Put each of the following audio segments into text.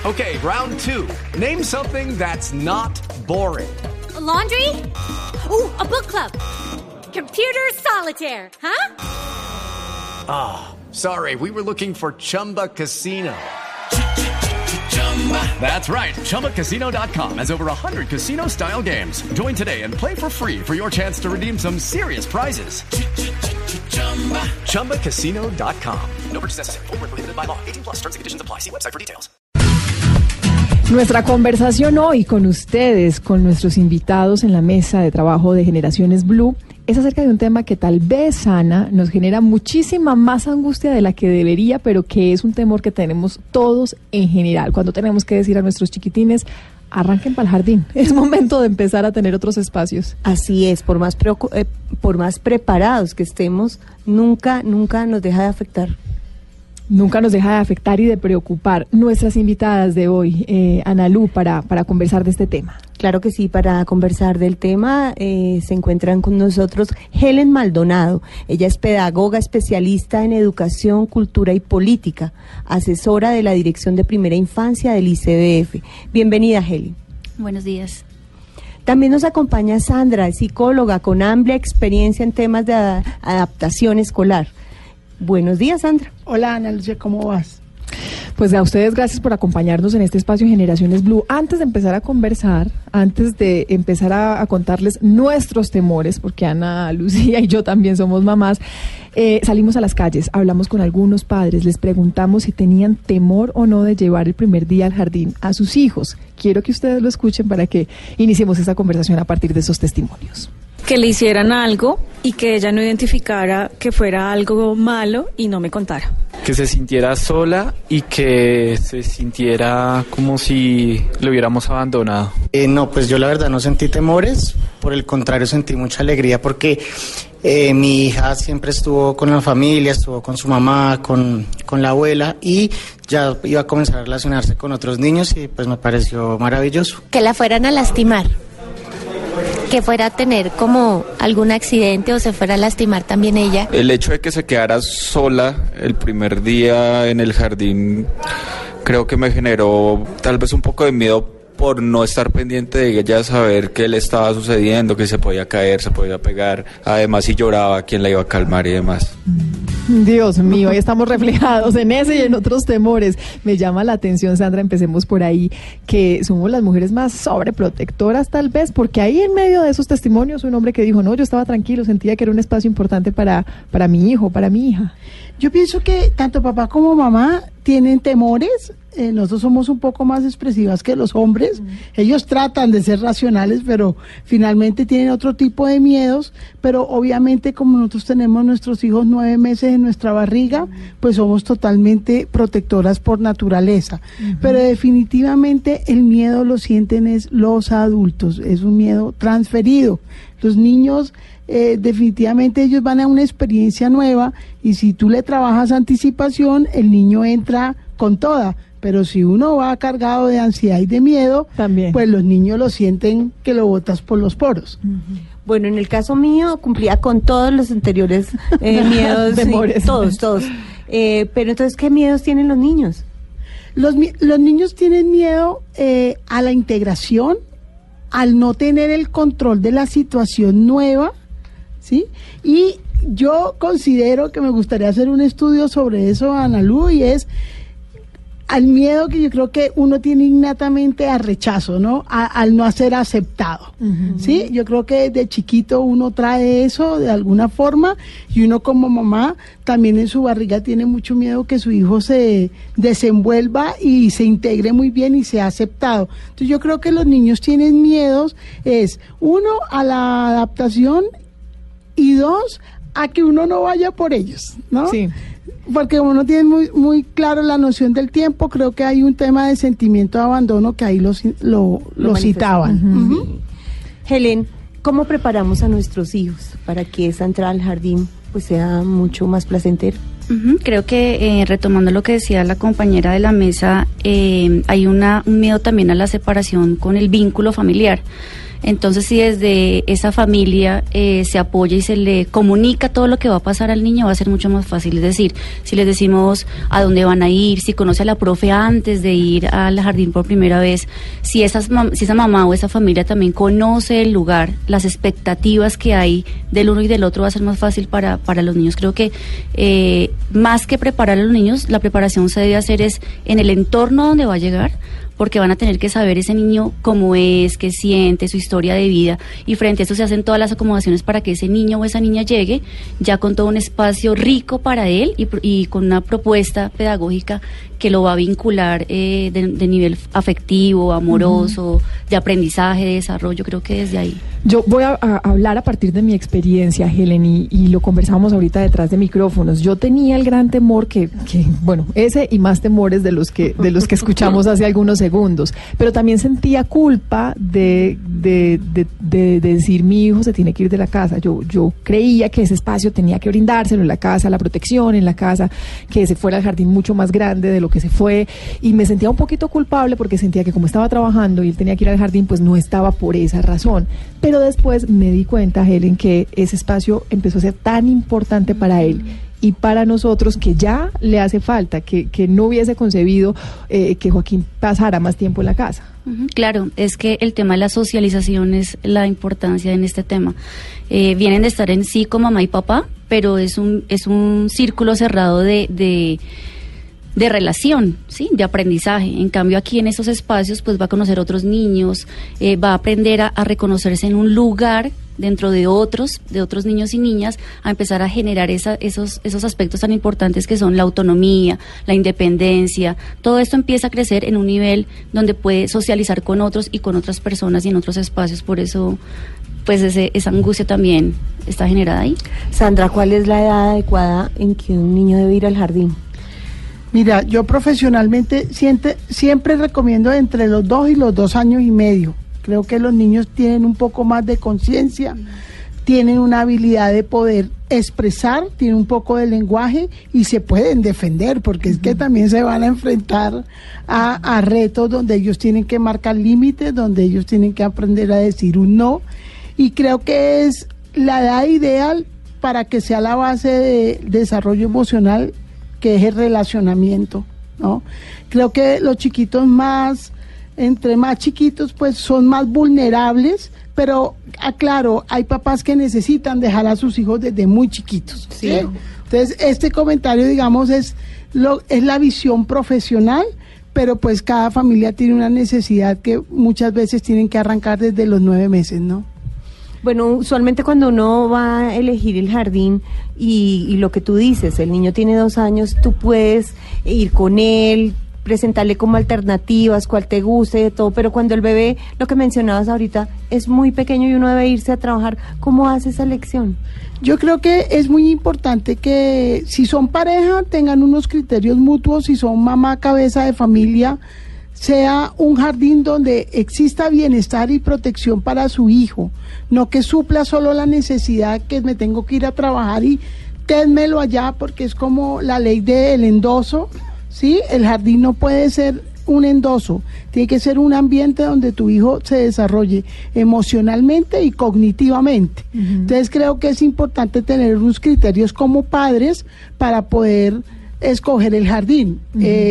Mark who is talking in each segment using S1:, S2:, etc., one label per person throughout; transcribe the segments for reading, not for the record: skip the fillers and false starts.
S1: Okay, round two. Name something that's not boring.
S2: A laundry? Ooh, a book club. Computer solitaire, huh?
S1: Ah, sorry, we were looking for Chumba Casino. That's right, ChumbaCasino.com has over 100 casino-style games. Join today and play for free for your chance to redeem some serious prizes. ChumbaCasino.com. No purchase necessary. Void where prohibited by law. 18+ terms and conditions apply. See website for details.
S3: Nuestra conversación hoy con ustedes, con nuestros invitados en la mesa de trabajo de Generaciones Blue, es acerca de un tema que tal vez, Ana, nos genera muchísima más angustia de la que debería, pero que es un temor que tenemos todos en general. Cuando tenemos que decir a nuestros chiquitines, arranquen para el jardín. Es momento de empezar a tener otros espacios.
S4: Así es, por más preparados que estemos, nunca nos deja de afectar.
S3: Nunca nos deja de afectar y de preocupar. Nuestras invitadas de hoy, Analu, para conversar de este tema.
S4: Claro que sí, para conversar del tema se encuentran con nosotros Helen Maldonado. Ella es pedagoga especialista en educación, cultura y política, asesora de la Dirección de Primera Infancia del ICBF. Bienvenida, Helen.
S5: Buenos días.
S4: También nos acompaña Sandra, psicóloga con amplia experiencia en temas de adaptación escolar. Buenos días, Sandra.
S6: Hola, Ana Lucia, ¿cómo vas?
S3: Pues a ustedes gracias por acompañarnos en este espacio Generaciones Blue. Antes de empezar a conversar, antes de empezar a contarles nuestros temores, porque Ana, Lucía y yo también somos mamás, salimos a las calles, hablamos con algunos padres, les preguntamos si tenían temor o no de llevar el primer día al jardín a sus hijos. Quiero que ustedes lo escuchen para que iniciemos esta conversación a partir de esos testimonios.
S7: Que le hicieran algo y que ella no identificara que fuera algo malo y no me contara.
S8: Que se sintiera sola y que se sintiera como si lo hubiéramos abandonado.
S9: No, pues yo la verdad no sentí temores, por el contrario sentí mucha alegría porque mi hija siempre estuvo con la familia, estuvo con su mamá, con la abuela y ya iba a comenzar a relacionarse con otros niños y pues me pareció maravilloso.
S10: Que la fueran a lastimar. Que fuera a tener como algún accidente o se fuera a lastimar también ella.
S8: El hecho de que se quedara sola el primer día en el jardín creo que me generó tal vez un poco de miedo por no estar pendiente de ella, saber qué le estaba sucediendo, que se podía caer, se podía pegar, además si lloraba, quién la iba a calmar y demás.
S3: Dios mío, ahí estamos reflejados en ese y en otros temores. Me llama la atención, Sandra, empecemos por ahí, que somos las mujeres más sobreprotectoras tal vez, porque ahí en medio de esos testimonios un hombre que dijo, no, yo estaba tranquilo, sentía que era un espacio importante para mi hijo, para mi hija.
S6: Yo pienso que tanto papá como mamá tienen temores. Nosotros somos un poco más expresivas que los hombres. Ellos tratan de ser racionales, pero finalmente tienen otro tipo de miedos. Pero obviamente como nosotros tenemos nuestros hijos 9 meses en nuestra barriga, pues somos totalmente protectoras por naturaleza. Pero definitivamente el miedo lo sienten es los adultos. Es un miedo transferido. Los niños definitivamente ellos van a una experiencia nueva y si tú le trabajas anticipación, el niño entra con toda. Pero si uno va cargado de ansiedad y de miedo, también, pues los niños lo sienten que lo botas por los poros.
S4: Bueno, en el caso mío cumplía con todos los anteriores miedos, sí, todos. Pero entonces, ¿qué miedos tienen los niños?
S6: Los niños tienen miedo a la integración, al no tener el control de la situación nueva, ¿sí? Y yo considero que me gustaría hacer un estudio sobre eso, Analu, y es al miedo que yo creo que uno tiene innatamente a rechazo, ¿no? Al no ser aceptado, ¿sí? Yo creo que desde chiquito uno trae eso de alguna forma y uno como mamá también en su barriga tiene mucho miedo que su hijo se desenvuelva y se integre muy bien y sea aceptado. Entonces yo creo que los niños tienen miedos, es uno a la adaptación y dos a que uno no vaya por ellos, ¿no? Sí. Porque uno tiene muy claro la noción del tiempo, creo que hay un tema de sentimiento de abandono que ahí lo citaban.
S4: Helen, ¿cómo preparamos a nuestros hijos para que esa entrada al jardín pues sea mucho más placentera?
S5: Creo que retomando lo que decía la compañera de la mesa, hay un miedo también a la separación con el vínculo familiar. Entonces, si desde esa familia se apoya y se le comunica todo lo que va a pasar al niño, va a ser mucho más fácil. Es decir, si les decimos a dónde van a ir, si conoce a la profe antes de ir al jardín por primera vez, si esa mamá o esa familia también conoce el lugar, las expectativas que hay del uno y del otro, va a ser más fácil para los niños. Creo que más que preparar a los niños, la preparación se debe hacer es en el entorno donde va a llegar, porque van a tener que saber ese niño cómo es, qué siente, su historia de vida, y frente a eso se hacen todas las acomodaciones para que ese niño o esa niña llegue ya con todo un espacio rico para él y con una propuesta pedagógica que lo va a vincular de nivel afectivo, amoroso, de aprendizaje, de desarrollo. Creo que desde ahí.
S3: Yo voy a hablar a partir de mi experiencia, Helen, y lo conversamos ahorita detrás de micrófonos. Yo tenía el gran temor que bueno, ese y más temores de los que escuchamos hace algunos segundos, pero también sentía culpa de decir, mi hijo se tiene que ir de la casa. Yo creía que ese espacio tenía que brindárselo en la casa, la protección en la casa, que se fuera al jardín mucho más grande de lo que se fue, y me sentía un poquito culpable porque sentía que como estaba trabajando y él tenía que ir al jardín, pues no estaba por esa razón. Pero después me di cuenta, Helen, que ese espacio empezó a ser tan importante para él y para nosotros, que ya le hace falta, que no hubiese concebido que Joaquín pasara más tiempo en la casa.
S5: Claro, es que el tema de la socialización es la importancia en este tema. Vienen de estar en sí con mamá y papá, pero es un círculo cerrado de relación, ¿sí? De aprendizaje. En cambio, aquí en esos espacios pues va a conocer otros niños, va a aprender a reconocerse en un lugar dentro de otros niños y niñas, a empezar a generar esos aspectos tan importantes que son la autonomía, la independencia. Todo esto empieza a crecer en un nivel donde puede socializar con otros y con otras personas y en otros espacios. Por eso pues esa angustia también está generada ahí.
S4: Sandra, ¿cuál es la edad adecuada en que un niño debe ir al jardín?
S6: Mira, yo profesionalmente siempre recomiendo entre los 2 y los 2 años y medio. Creo que los niños tienen un poco más de conciencia, tienen una habilidad de poder expresar, tienen un poco de lenguaje y se pueden defender, porque es que también se van a enfrentar a retos donde ellos tienen que marcar límites, donde ellos tienen que aprender a decir un no. Y creo que es la edad ideal para que sea la base de desarrollo emocional, que es el relacionamiento, ¿no? Creo que los chiquitos entre más chiquitos, pues son más vulnerables, pero aclaro, hay papás que necesitan dejar a sus hijos desde muy chiquitos, ¿sí? Entonces, este comentario, digamos, es la visión profesional, pero pues cada familia tiene una necesidad que muchas veces tienen que arrancar desde los 9 meses, ¿no?
S4: Bueno, usualmente cuando uno va a elegir el jardín y lo que tú dices, el niño tiene 2 años, tú puedes ir con él, presentarle como alternativas, cuál te guste y de todo, pero cuando el bebé, lo que mencionabas ahorita, es muy pequeño y uno debe irse a trabajar, ¿cómo hace esa elección?
S6: Yo creo que es muy importante que si son pareja tengan unos criterios mutuos, si son mamá cabeza de familia, sea un jardín donde exista bienestar y protección para su hijo, no que supla solo la necesidad que me tengo que ir a trabajar y ténmelo allá, porque es como la ley del endoso, ¿sí? El jardín no puede ser un endoso, tiene que ser un ambiente donde tu hijo se desarrolle emocionalmente y cognitivamente. Entonces creo que es importante tener unos criterios como padres para poder escoger el jardín.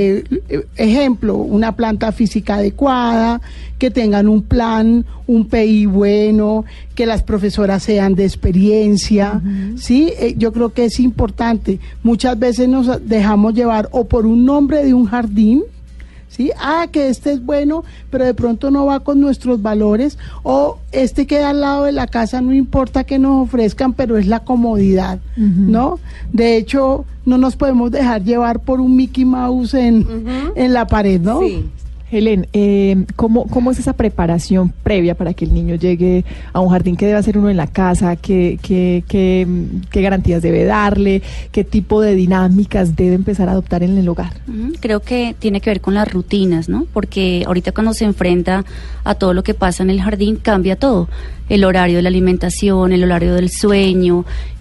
S6: Ejemplo, una planta física adecuada, que tengan un plan, un PI bueno, que las profesoras sean de experiencia, ¿sí? Yo creo que es importante. Muchas veces nos dejamos llevar o por un nombre de un jardín, ¿sí? Que este es bueno, pero de pronto no va con nuestros valores, o este queda al lado de la casa, no importa que nos ofrezcan, pero es la comodidad, ¿no? De hecho, no nos podemos dejar llevar por un Mickey Mouse en la pared, ¿no?
S3: Sí. Helen, ¿cómo es esa preparación previa para que el niño llegue a un jardín? ¿Qué debe hacer uno en la casa? ¿Qué garantías debe darle? ¿Qué tipo de dinámicas debe empezar a adoptar en el hogar?
S5: Creo que tiene que ver con las rutinas, ¿no? Porque ahorita cuando se enfrenta a todo lo que pasa en el jardín, cambia todo. El horario de la alimentación, el horario del sueño,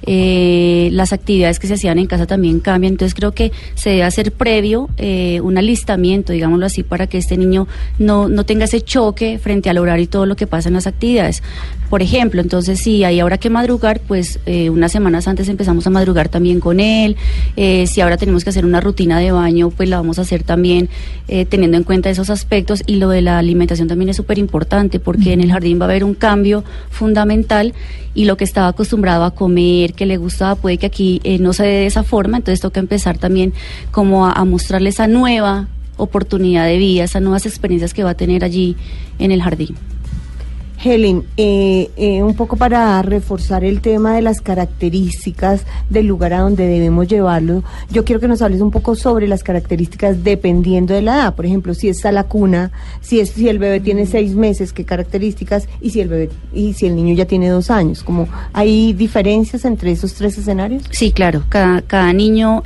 S5: las actividades que se hacían en casa también cambian. Entonces creo que se debe hacer previo un alistamiento, digámoslo así, para que este ese niño no tenga ese choque frente al horario y todo lo que pasa en las actividades. Por ejemplo, entonces si hay ahora que madrugar, pues unas semanas antes empezamos a madrugar también con él. Si ahora tenemos que hacer una rutina de baño, pues la vamos a hacer también teniendo en cuenta esos aspectos. Y lo de la alimentación también es súper importante, porque en el jardín va a haber un cambio fundamental, y lo que estaba acostumbrado a comer, que le gustaba, puede que aquí no se dé de esa forma. Entonces toca empezar también como a mostrarle esa nueva oportunidad de vida, esas nuevas experiencias que va a tener allí en el jardín.
S4: Helen, un poco para reforzar el tema de las características del lugar a donde debemos llevarlo, yo quiero que nos hables un poco sobre las características dependiendo de la edad. Por ejemplo, si es a la cuna, si el bebé tiene 6 meses, qué características, y si el niño ya tiene 2 años. Como ¿hay diferencias entre esos 3 escenarios?
S5: Sí, claro, cada niño,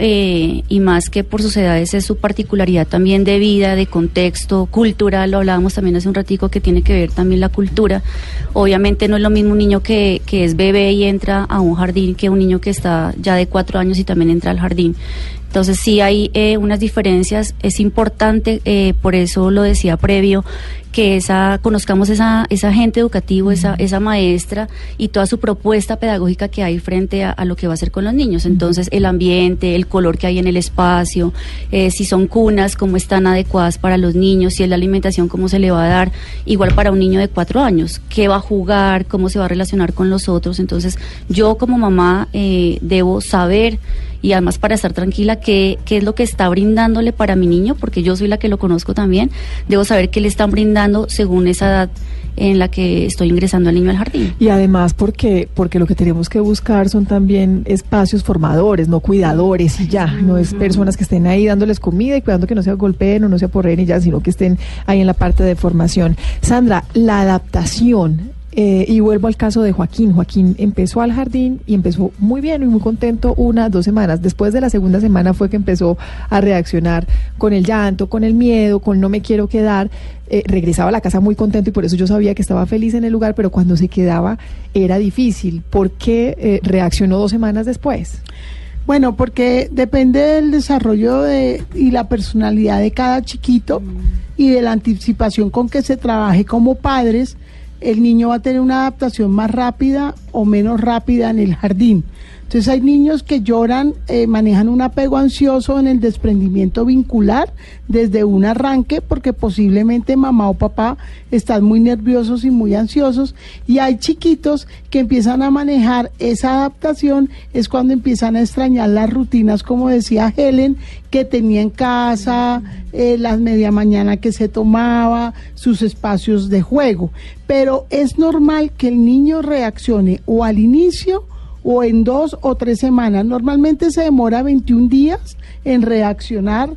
S5: y más que por sus edades, es su particularidad también de vida, de contexto cultural. Lo hablábamos también hace un ratico, que tiene que ver también la cultura. Obviamente no es lo mismo un niño que es bebé y entra a un jardín que un niño que está ya de 4 años y también entra al jardín. Entonces sí hay unas diferencias. Es importante, por eso lo decía previo, que conozcamos esa agente educativo, esa maestra y toda su propuesta pedagógica que hay frente a lo que va a hacer con los niños. Entonces el ambiente, el color que hay en el espacio, si son cunas, cómo están adecuadas para los niños, si es la alimentación, cómo se le va a dar, igual para un niño de 4 años, qué va a jugar, cómo se va a relacionar con los otros. Entonces yo como mamá debo saber, y además para estar tranquila, qué es lo que está brindándole para mi niño, porque yo soy la que lo conozco también. Debo saber qué le están brindando según esa edad en la que estoy ingresando al niño al jardín.
S3: Y además porque lo que tenemos que buscar son también espacios formadores, no cuidadores y ya, no es personas que estén ahí dándoles comida y cuidando que no se golpeen o no se aporreen y ya, sino que estén ahí en la parte de formación. Sandra, la adaptación. Y vuelvo al caso de Joaquín. Joaquín empezó al jardín y empezó muy bien y muy contento 1-2 semanas. Después de la segunda semana fue que empezó a reaccionar con el llanto, con el miedo, con no me quiero quedar. Regresaba a la casa muy contento y por eso yo sabía que estaba feliz en el lugar, pero cuando se quedaba era difícil. ¿Por qué reaccionó 2 semanas después?
S6: Bueno, porque depende del desarrollo y la personalidad de cada chiquito y de la anticipación con que se trabaje como padres. El niño va a tener una adaptación más rápida o menos rápida en el jardín. Entonces hay niños que lloran, manejan un apego ansioso en el desprendimiento vincular desde un arranque, porque posiblemente mamá o papá están muy nerviosos y muy ansiosos, y hay chiquitos que empiezan a manejar esa adaptación, es cuando empiezan a extrañar las rutinas, como decía Helen, que tenía en casa, las media mañana que se tomaba, sus espacios de juego. Pero es normal que el niño reaccione o al inicio o en 2 o 3 semanas. Normalmente se demora 21 días en reaccionar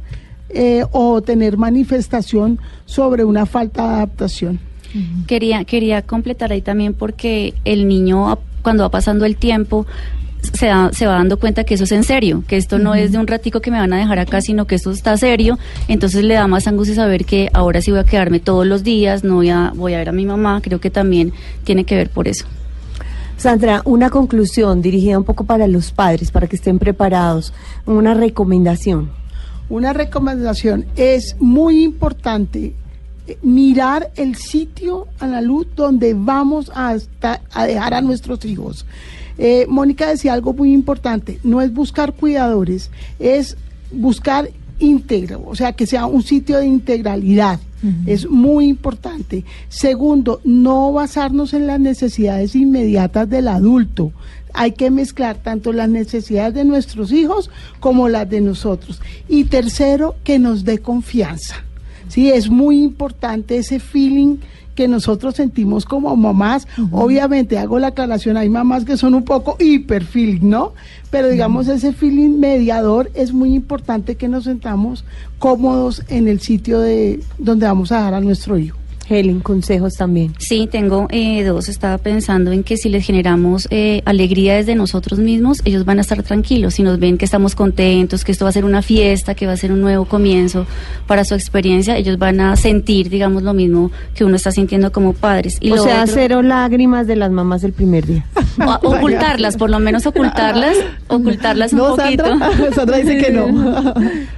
S6: o tener manifestación sobre una falta de adaptación.
S5: Quería completar ahí también, porque el niño, cuando va pasando el tiempo, se va dando cuenta que eso es en serio, que esto no es de un ratico que me van a dejar acá, sino que esto está serio. Entonces le da más angustia saber que ahora sí voy a quedarme todos los días, no voy a ver a mi mamá. Creo que también tiene que ver por eso.
S4: Sandra, una conclusión dirigida un poco para los padres, para que estén preparados, una recomendación.
S6: Una recomendación, es muy importante mirar el sitio a la luz donde vamos a dejar a nuestros hijos. Mónica decía algo muy importante, no es buscar cuidadores, es buscar íntegro, o sea, que sea un sitio de integralidad. Es muy importante. Segundo, no basarnos en las necesidades inmediatas del adulto. Hay que mezclar tanto las necesidades de nuestros hijos como las de nosotros. Y tercero, que nos dé confianza. Sí, es muy importante ese feeling que nosotros sentimos como mamás. Obviamente, hago la aclaración, hay mamás que son un poco hiper feeling, ¿no? Pero digamos, ese feeling mediador es muy importante, que nos sentamos cómodos en el sitio donde vamos a dar a nuestro hijo.
S4: Helen, consejos también.
S5: Sí, tengo 2. Estaba pensando en que si les generamos alegría desde nosotros mismos, ellos van a estar tranquilos. Si nos ven que estamos contentos, que esto va a ser una fiesta, que va a ser un nuevo comienzo para su experiencia, ellos van a sentir, digamos, lo mismo que uno está sintiendo como padres. Y
S4: o sea, 0 lágrimas de las mamás del primer día.
S5: Ocultarlas, por lo menos ocultarlas un poquito.
S3: Sandra dice que no.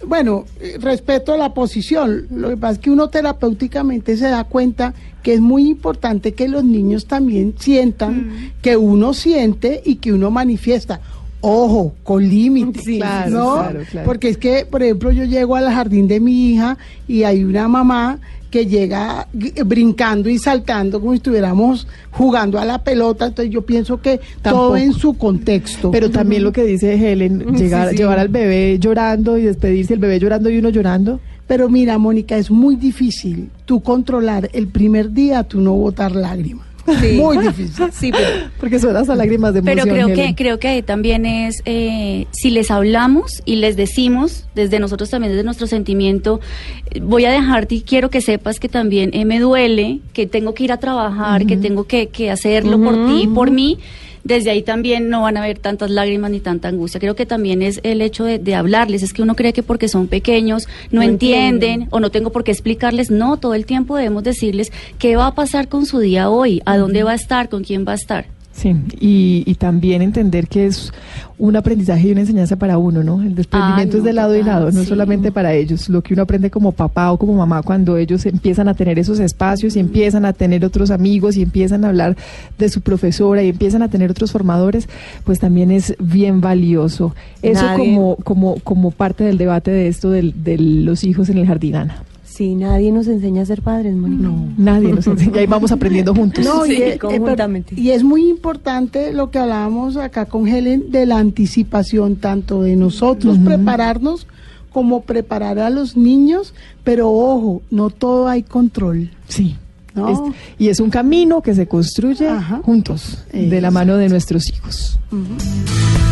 S6: bueno, respeto la posición. Lo que pasa es que uno terapéuticamente se da cuenta que es muy importante que los niños también sientan que uno siente y que uno manifiesta. Ojo, con límites,
S3: Sí, claro,
S6: ¿no?
S3: claro.
S6: Porque es que, por ejemplo, yo llego al jardín de mi hija y hay una mamá que llega brincando y saltando como si estuviéramos jugando a la pelota, entonces yo pienso que todo en su contexto.
S3: Pero también lo que dice Helen, llevar al bebé llorando y despedirse, el bebé llorando y uno llorando.
S6: Pero mira, Mónica, es muy difícil tú controlar el primer día, tú no botar lágrimas.
S7: Sí.
S6: Muy difícil.
S7: Sí, pero
S3: Porque son hasta lágrimas de emoción.
S5: Pero
S3: Helen.
S5: creo que ahí también es, si les hablamos y les decimos, desde nosotros también, desde nuestro sentimiento, voy a dejarte y quiero que sepas que también me duele, que tengo que ir a trabajar, que tengo que hacerlo por ti, por mí. Desde ahí también no van a haber tantas lágrimas ni tanta angustia. Creo que también es el hecho de hablarles. Es que uno cree que porque son pequeños no entienden o no tengo por qué explicarles. No, todo el tiempo debemos decirles qué va a pasar con su día hoy, a dónde va a estar, con quién va a estar.
S3: Sí, y también entender que es un aprendizaje y una enseñanza para uno, ¿no? El desprendimiento es de lado y lado, no solamente para ellos. Lo que uno aprende como papá o como mamá cuando ellos empiezan a tener esos espacios y empiezan a tener otros amigos y empiezan a hablar de su profesora y empiezan a tener otros formadores, pues también es bien valioso. Eso como parte del debate de esto de los hijos en el jardín, Ana.
S4: Sí, nadie nos enseña a ser padres, Mónica.
S3: No, nadie nos enseña, ahí vamos aprendiendo juntos.
S6: No,
S4: Sí, conjuntamente.
S6: Y es muy importante lo que hablábamos acá con Helen de la anticipación, tanto de nosotros prepararnos como preparar a los niños, pero ojo, no todo hay control.
S3: Sí.
S6: ¿No?
S3: Y es un camino que se construye juntos, de la mano de nuestros hijos.